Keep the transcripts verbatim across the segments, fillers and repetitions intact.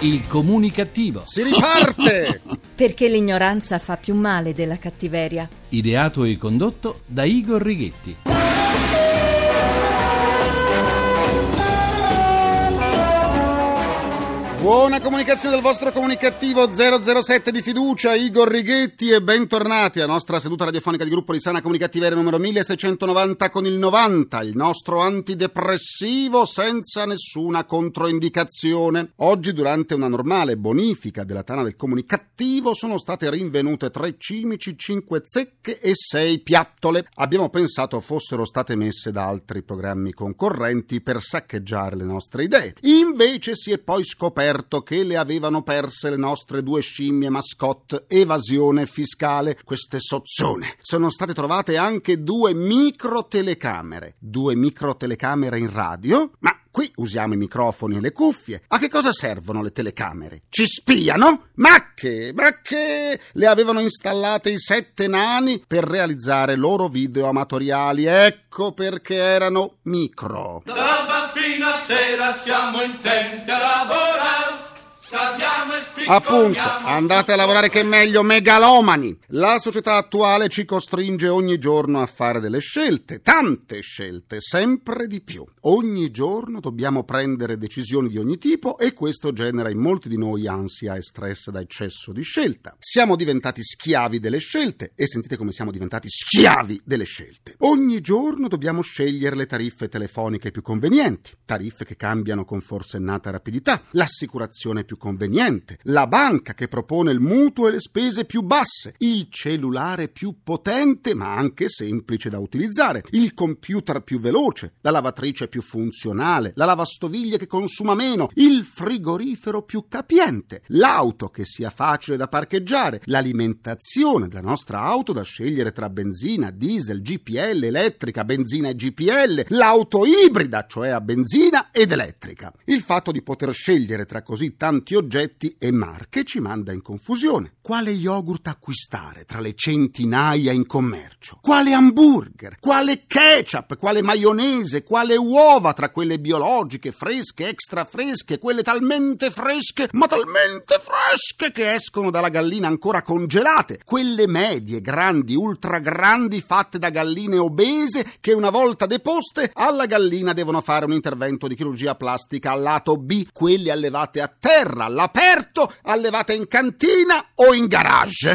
Il Comunicativo. Si riparte! Perché l'ignoranza fa più male della cattiveria. Ideato e condotto da Igor Righetti. Buona comunicazione del vostro comunicativo zero zero sette di fiducia, Igor Righetti, e bentornati alla nostra seduta radiofonica di gruppo di sana comunicattiveria numero milleseicentonovanta con il novanta, il nostro antidepressivo senza nessuna controindicazione. Oggi, durante una normale bonifica della tana del comunicativo, sono state rinvenute tre cimici, cinque zecche e sei piattole. Abbiamo pensato fossero state messe da altri programmi concorrenti per saccheggiare le nostre idee. Invece si è poi scoperto che le avevano perse le nostre due scimmie mascotte evasione fiscale, queste sozzone. Sono state trovate anche due microtelecamere, due microtelecamere in radio, ma qui usiamo i microfoni e le cuffie. A che cosa servono le telecamere? Ci spiano? Ma che? Ma che? Le avevano installate i sette nani per realizzare loro video amatoriali. Ecco perché erano micro. Da mattina a sera siamo intenti a lavorare. Appunto, andate a lavorare che è meglio, megalomani. La società attuale ci costringe ogni giorno a fare delle scelte, tante scelte, sempre di più. Ogni giorno dobbiamo prendere decisioni di ogni tipo e questo genera in molti di noi ansia e stress da eccesso di scelta. Siamo diventati schiavi delle scelte e sentite come siamo diventati schiavi delle scelte. Ogni giorno dobbiamo scegliere le tariffe telefoniche più convenienti, tariffe che cambiano con forsennata rapidità, l'assicurazione più conveniente, la banca che propone il mutuo e le spese più basse, il cellulare più potente ma anche semplice da utilizzare, il computer più veloce, la lavatrice più funzionale, la lavastoviglie che consuma meno, il frigorifero più capiente, l'auto che sia facile da parcheggiare, l'alimentazione della nostra auto da scegliere tra benzina, diesel, G P L, elettrica, benzina e G P L, l'auto ibrida, cioè a benzina ed elettrica. Il fatto di poter scegliere tra così tanti oggetti e marche ci manda in confusione. Quale yogurt acquistare tra le centinaia in commercio? Quale hamburger? Quale ketchup? Quale maionese? Quale uova tra quelle biologiche, fresche, extra fresche, quelle talmente fresche, ma talmente fresche che escono dalla gallina ancora congelate? Quelle medie, grandi, ultra grandi, fatte da galline obese che una volta deposte alla gallina devono fare un intervento di chirurgia plastica al lato B? Quelle allevate a terra, all'aperto, allevate in cantina o in garage?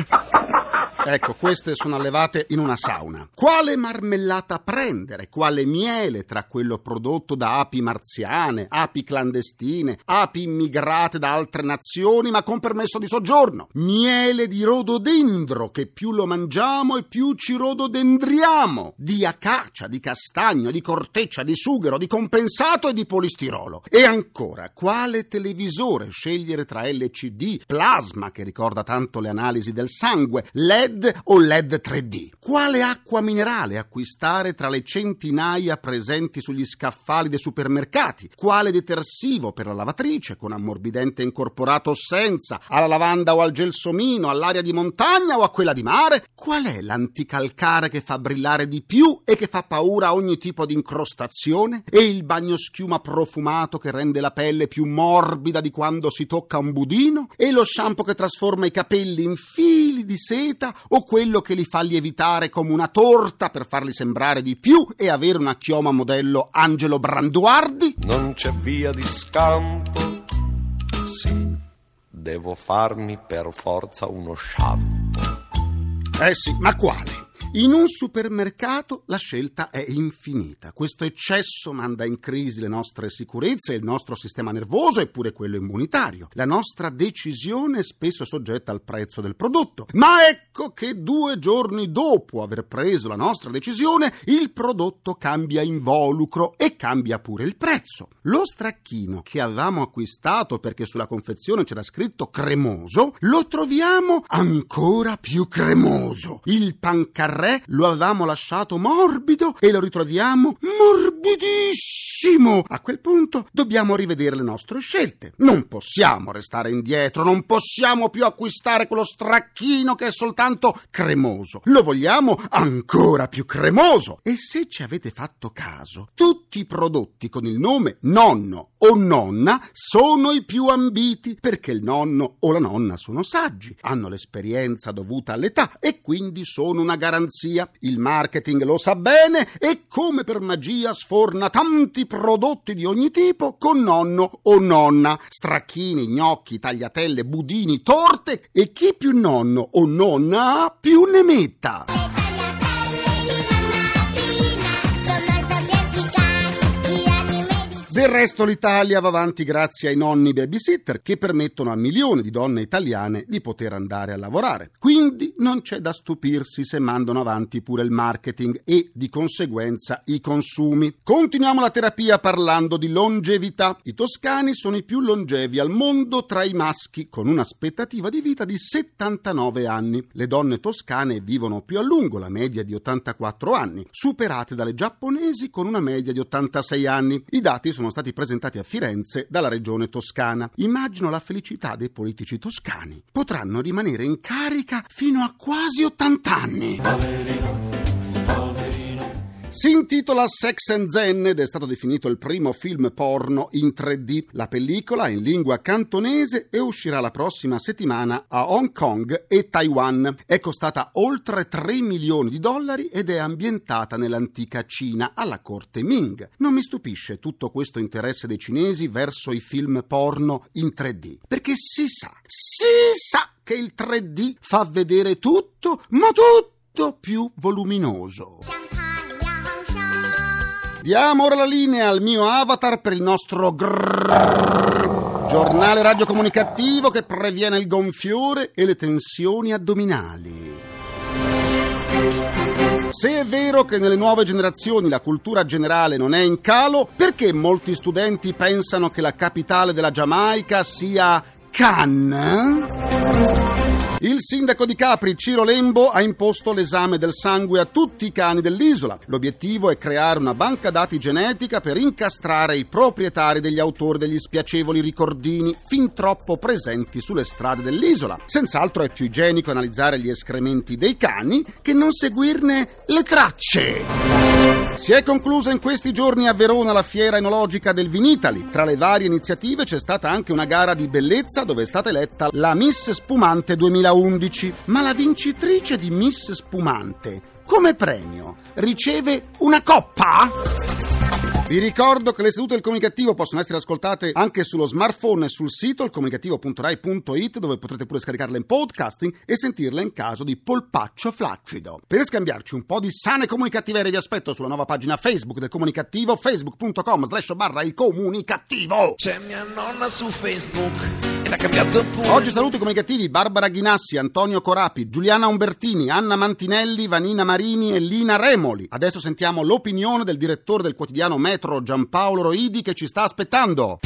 Ecco, queste sono allevate in una sauna. Quale marmellata prendere? Quale miele tra quello prodotto da api marziane, api clandestine, api immigrate da altre nazioni ma con permesso di soggiorno? Miele di rododendro, che più lo mangiamo e più ci rododendriamo. Di acacia, di castagno, di corteccia, di sughero, di compensato e di polistirolo. E ancora, quale televisore scegliere tra L C D, plasma, che ricorda tanto le analisi del sangue, L E D o L E D tre D? Quale acqua minerale acquistare tra le centinaia presenti sugli scaffali dei supermercati? Quale detersivo per la lavatrice con ammorbidente incorporato o senza, alla lavanda o al gelsomino, all'aria di montagna o a quella di mare? Qual è l'anticalcare che fa brillare di più e che fa paura a ogni tipo di incrostazione? E il bagnoschiuma profumato che rende la pelle più morbida di quando si tocca un budino? E lo shampoo che trasforma i capelli in fili di seta? O quello che li fa lievitare come una torta per farli sembrare di più e avere una chioma modello Angelo Branduardi? Non c'è via di scampo, sì, devo farmi per forza uno shampoo. Eh sì, ma quale? In un supermercato la scelta è infinita. Questo eccesso manda in crisi le nostre sicurezze, il nostro sistema nervoso e pure quello immunitario. La nostra decisione è spesso soggetta al prezzo del prodotto. Ma ecco che due giorni dopo aver preso la nostra decisione, il prodotto cambia involucro e cambia pure il prezzo. Lo stracchino che avevamo acquistato perché sulla confezione c'era scritto cremoso, lo troviamo ancora più cremoso. Il pancarré lo avevamo lasciato morbido e lo ritroviamo morbidissimo. benissimo! A quel punto dobbiamo rivedere le nostre scelte. Non possiamo restare indietro, non possiamo più acquistare quello stracchino che è soltanto cremoso. Lo vogliamo ancora più cremoso. E se ci avete fatto caso, tutti i prodotti con il nome nonno o nonna sono i più ambiti, perché il nonno o la nonna sono saggi, hanno l'esperienza dovuta all'età e quindi sono una garanzia. Il marketing lo sa bene e come per magia sforna tanti prodotti di ogni tipo con nonno o nonna, stracchini, gnocchi, tagliatelle, budini, torte, e chi più nonno o nonna ha più ne metta. Del resto l'Italia va avanti grazie ai nonni babysitter che permettono a milioni di donne italiane di poter andare a lavorare. Quindi non c'è da stupirsi se mandano avanti pure il marketing e di conseguenza i consumi. Continuiamo la terapia parlando di longevità. I toscani sono i più longevi al mondo tra i maschi, con un'aspettativa di vita di settantanove anni. Le donne toscane vivono più a lungo, la media di ottantaquattro anni, superate dalle giapponesi con una media di ottantasei anni. I dati sono stati presentati a Firenze dalla regione toscana. Immagino la felicità dei politici toscani. Potranno rimanere in carica fino a quasi ottanta anni. Poverino, poverino. Si intitola Sex and Zen ed è stato definito il primo film porno in tre D. La pellicola è in lingua cantonese e uscirà la prossima settimana a Hong Kong e Taiwan. È costata oltre tre milioni di dollari ed è ambientata nell'antica Cina, alla corte Ming. Non mi stupisce tutto questo interesse dei cinesi verso i film porno in tre D, perché si sa, si sa che il tre D fa vedere tutto, ma tutto più voluminoso. Diamo ora la linea al mio avatar per il nostro grrr, giornale radiocomunicativo che previene il gonfiore e le tensioni addominali. Se è vero che nelle nuove generazioni la cultura generale non è in calo, perché molti studenti pensano che la capitale della Giamaica sia Cannes? Il sindaco di Capri, Ciro Lembo, ha imposto l'esame del sangue a tutti i cani dell'isola. L'obiettivo è creare una banca dati genetica per incastrare i proprietari degli autori degli spiacevoli ricordini fin troppo presenti sulle strade dell'isola. Senz'altro è più igienico analizzare gli escrementi dei cani che non seguirne le tracce. Si è conclusa in questi giorni a Verona la fiera enologica del Vinitaly. Tra le varie iniziative c'è stata anche una gara di bellezza dove è stata eletta la Miss Spumante duemilaundici. Ma la vincitrice di Miss Spumante, come premio, riceve una coppa? Vi ricordo che le sedute del Comunicativo possono essere ascoltate anche sullo smartphone e sul sito il comunicativo punto rai punto it, dove potrete pure scaricarle in podcasting e sentirle in caso di polpaccio flaccido. Per scambiarci un po' di sane comunicattivere vi aspetto sulla nuova pagina Facebook del Comunicativo, facebook punto com slash barra il comunicativo. C'è mia nonna su Facebook e l'ha cambiato pure. Oggi saluto i comunicativi Barbara Ghinassi, Antonio Corapi, Giuliana Umbertini, Anna Mantinelli, Vanina Marini e Lina Remoli. Adesso sentiamo l'opinione del direttore del quotidiano Metro, Giampaolo Roidi, che ci sta aspettando.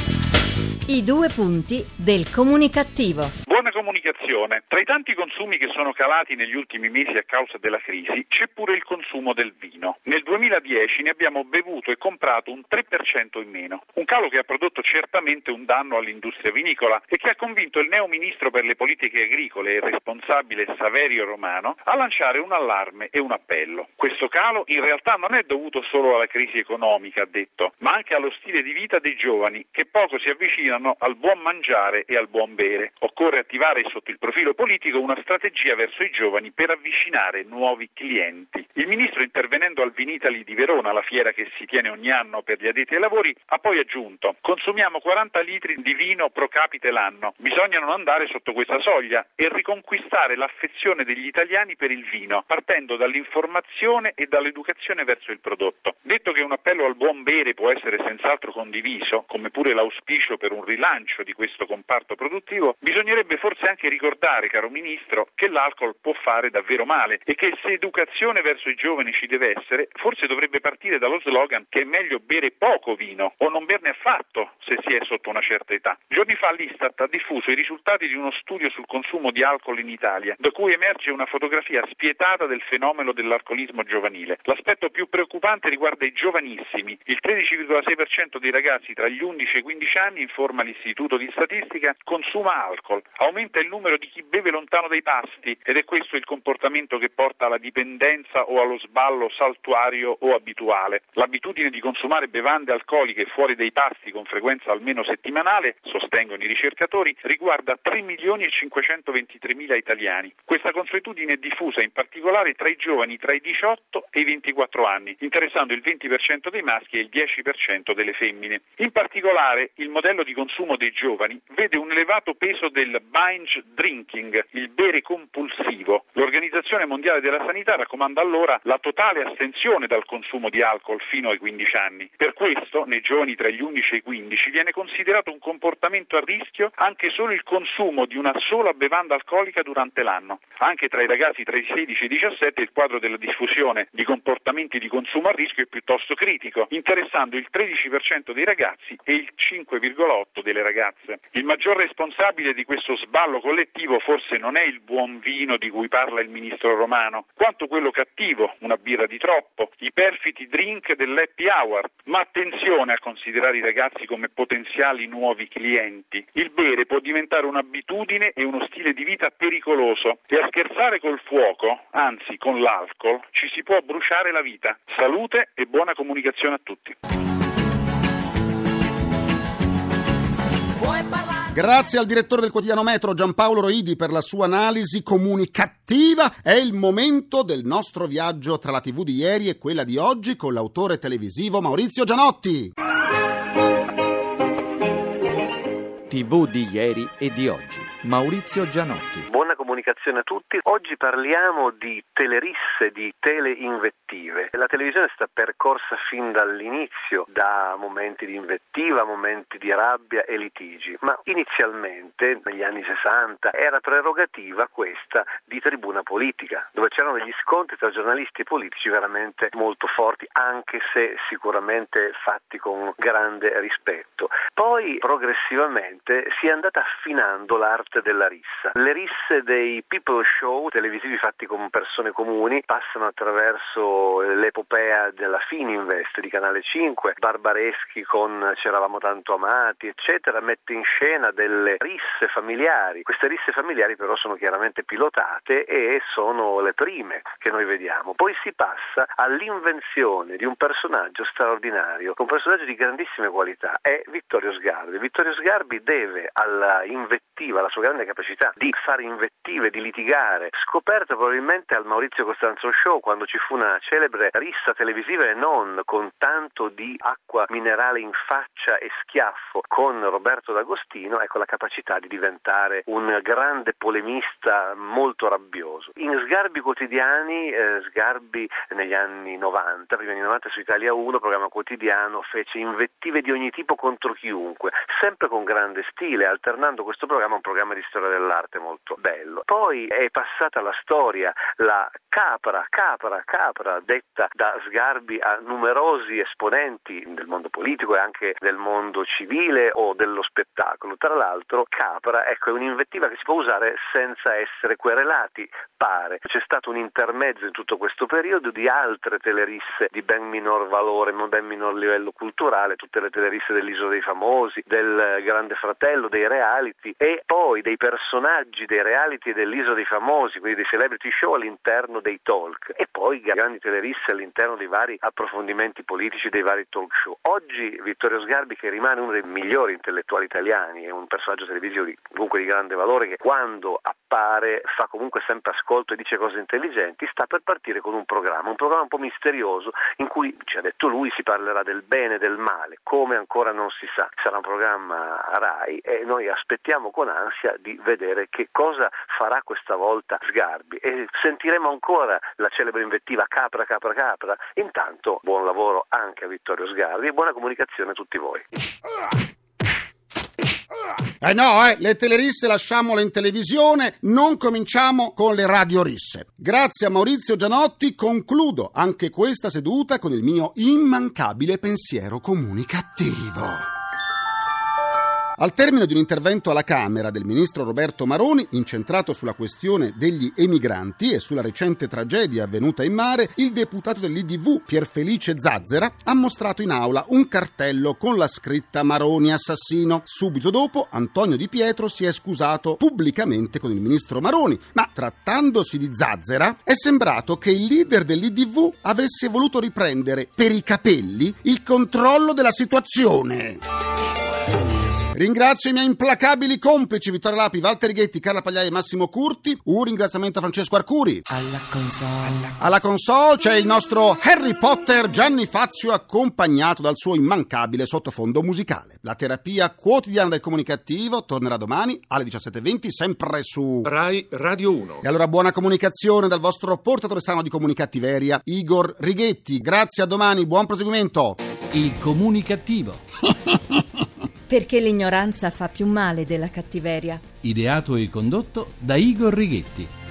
I due punti del Comunicativo. Buona comunicazione. Tra i tanti consumi che sono calati negli ultimi mesi a causa della crisi c'è pure il consumo del vino. Nel duemiladieci ne abbiamo bevuto e comprato un tre per cento in meno. Un calo che ha prodotto certamente un danno all'industria vinicola e che ha convinto il neo ministro per le politiche agricole e responsabile Saverio Romano a lanciare un allarme e un appello. Questo calo in realtà non è dovuto solo alla crisi economica, ha detto, ma anche allo stile di vita dei giovani che poco si avvicinano al buon mangiare e al buon bere. Occorre attivare sotto il profilo politico una strategia verso i giovani per avvicinare nuovi clienti. Il ministro, intervenendo al Vinitaly di Verona, la fiera che si tiene ogni anno per gli addetti ai lavori, ha poi aggiunto: consumiamo quaranta litri di vino pro capite l'anno. Bisogna non andare sotto questa soglia e riconquistare l'affezione degli italiani per il vino, partendo dall'informazione e dall'educazione verso il prodotto. Detto che un appello al buon bere può essere senz'altro condiviso, come pure l'auspicio per un rilancio di questo comparto produttivo, bisognerebbe forse forse anche ricordare, caro Ministro, che l'alcol può fare davvero male e che se educazione verso i giovani ci deve essere, forse dovrebbe partire dallo slogan che è meglio bere poco vino o non berne affatto se si è sotto una certa età. Giorni fa l'Istat ha diffuso i risultati di uno studio sul consumo di alcol in Italia, da cui emerge una fotografia spietata del fenomeno dell'alcolismo giovanile. L'aspetto più preoccupante riguarda i giovanissimi. Il tredici virgola sei per cento dei ragazzi tra gli undici e i quindici anni, informa l'Istituto di Statistica, consuma alcol. Aumenta il numero di chi beve lontano dai pasti ed è questo il comportamento che porta alla dipendenza o allo sballo saltuario o abituale. L'abitudine di consumare bevande alcoliche fuori dai pasti con frequenza almeno settimanale, sostengono i ricercatori, riguarda tre milioni e cinquecentoventitremila italiani. Questa consuetudine è diffusa in particolare tra i giovani tra i diciotto e i ventiquattro anni, interessando il venti per cento dei maschi e il dieci per cento delle femmine. In particolare, il modello di consumo dei giovani vede un elevato peso del binge drinking, il bere compulsivo. L'Organizzazione Mondiale della Sanità raccomanda allora la totale astensione dal consumo di alcol fino ai quindici anni. Per questo, nei giovani tra gli undici e i quindici viene considerato un comportamento a rischio anche solo il consumo di una sola bevanda alcolica durante l'anno. Anche tra i ragazzi tra i sedici e i diciassette il quadro della diffusione di comportamenti di consumo a rischio è piuttosto critico, interessando il tredici per cento dei ragazzi e il cinque virgola otto per cento delle ragazze. Il maggior responsabile di questo sballo collettivo forse non è il buon vino di cui parla il ministro Romano, quanto quello cattivo, una birra di troppo, i perfidi drink dell'happy hour. Ma attenzione a considerare i ragazzi come potenziali nuovi clienti. Il bere può diventare un'abitudine e uno stile di vita pericoloso e a scherzare col fuoco, anzi con l'alcol, ci si può bruciare la vita. Salute e buona comunicazione a tutti. Grazie al direttore del quotidiano Metro Giampaolo Roidi per la sua analisi comunicativa. È il momento del nostro viaggio tra la tivù di ieri e quella di oggi con l'autore televisivo Maurizio Gianotti. tivù di ieri e di oggi. Maurizio Gianotti. Buona comunicazione a tutti. Oggi parliamo di telerisse, di teleinvettive. La televisione è stata percorsa fin dall'inizio da momenti di invettiva, momenti di rabbia e litigi, ma inizialmente negli anni sessanta era prerogativa questa di tribuna politica, dove c'erano degli scontri tra giornalisti e politici veramente molto forti, anche se sicuramente fatti con grande rispetto. Poi progressivamente si è andata affinando l'arte della rissa. Le risse dei people show televisivi fatti con persone comuni passano attraverso l'epopea della Fininvest di Canale cinque, Barbareschi con C'eravamo tanto amati, eccetera, mette in scena delle risse familiari. Queste risse familiari però sono chiaramente pilotate e sono le prime che noi vediamo. Poi si passa all'invenzione di un personaggio straordinario, un personaggio di grandissime qualità, è Vittorio Sgarbi. Vittorio Sgarbi deve alla invettiva, alla sua grande capacità di fare invettive, di litigare, scoperta probabilmente al Maurizio Costanzo Show, quando ci fu una celebre rissa televisiva e non, con tanto di acqua minerale in faccia e schiaffo con Roberto D'Agostino, ecco la capacità di diventare un grande polemista molto rabbioso. In Sgarbi quotidiani, eh, Sgarbi negli anni novanta, prima anni novanta su Italia uno, programma quotidiano, fece invettive di ogni tipo contro chiunque, sempre con grande stile, alternando questo programma a un programma di storia dell'arte molto bello. Poi è passata la storia, la capra, capra, capra, detta da Sgarbi a numerosi esponenti del mondo politico e anche del mondo civile o dello spettacolo. Tra l'altro, capra, ecco, è un'invettiva che si può usare senza essere querelati, pare. C'è stato un intermezzo in tutto questo periodo di altre telerisse di ben minor valore, ma ben minor livello culturale, tutte le telerisse dell'Isola dei Famosi, del Grande Fratello, dei reality e poi dei personaggi dei reality e dell'Isola dei Famosi, quindi dei celebrity show all'interno dei talk, e poi grandi telerisse all'interno dei vari approfondimenti politici dei vari talk show. Oggi Vittorio Sgarbi, che rimane uno dei migliori intellettuali italiani, è un personaggio televisivo di, comunque di grande valore, che quando appare fa comunque sempre ascolto e dice cose intelligenti, sta per partire con un programma, un programma un po' misterioso in cui, ci ha detto lui, si parlerà del bene e del male, come ancora non si sa. Sarà un programma Rai e noi aspettiamo con ansia di vedere che cosa farà questa volta Sgarbi e sentiremo ancora la celebre invettiva capra, capra, capra. Intanto buon lavoro anche a Vittorio Sgarbi e buona comunicazione a tutti voi. Eh no, eh, le telerisse lasciamole in televisione, non cominciamo con le radiorisse. Grazie a Maurizio Gianotti concludo anche questa seduta con il mio immancabile pensiero comunicativo. Al termine di un intervento alla Camera del ministro Roberto Maroni, incentrato sulla questione degli emigranti e sulla recente tragedia avvenuta in mare, il deputato dell'I D V Pierfelice Zazzera ha mostrato in aula un cartello con la scritta Maroni assassino. Subito dopo Antonio Di Pietro si è scusato pubblicamente con il ministro Maroni, ma trattandosi di Zazzera è sembrato che il leader dell'I D V avesse voluto riprendere per i capelli il controllo della situazione. Ringrazio i miei implacabili complici Vittorio Lapi, Walter Righetti, Carla Pagliai e Massimo Curti. Un ringraziamento a Francesco Arcuri. Alla console. Alla console c'è il nostro Harry Potter Gianni Fazio, accompagnato dal suo immancabile sottofondo musicale. La terapia quotidiana del comunicativo tornerà domani alle diciassette e venti, sempre su Rai Radio uno. E allora buona comunicazione dal vostro portatore sano di comunicattiveria, Igor Righetti. Grazie, a domani, buon proseguimento. Il comunicativo. Perché l'ignoranza fa più male della cattiveria. Ideato e condotto da Igor Righetti.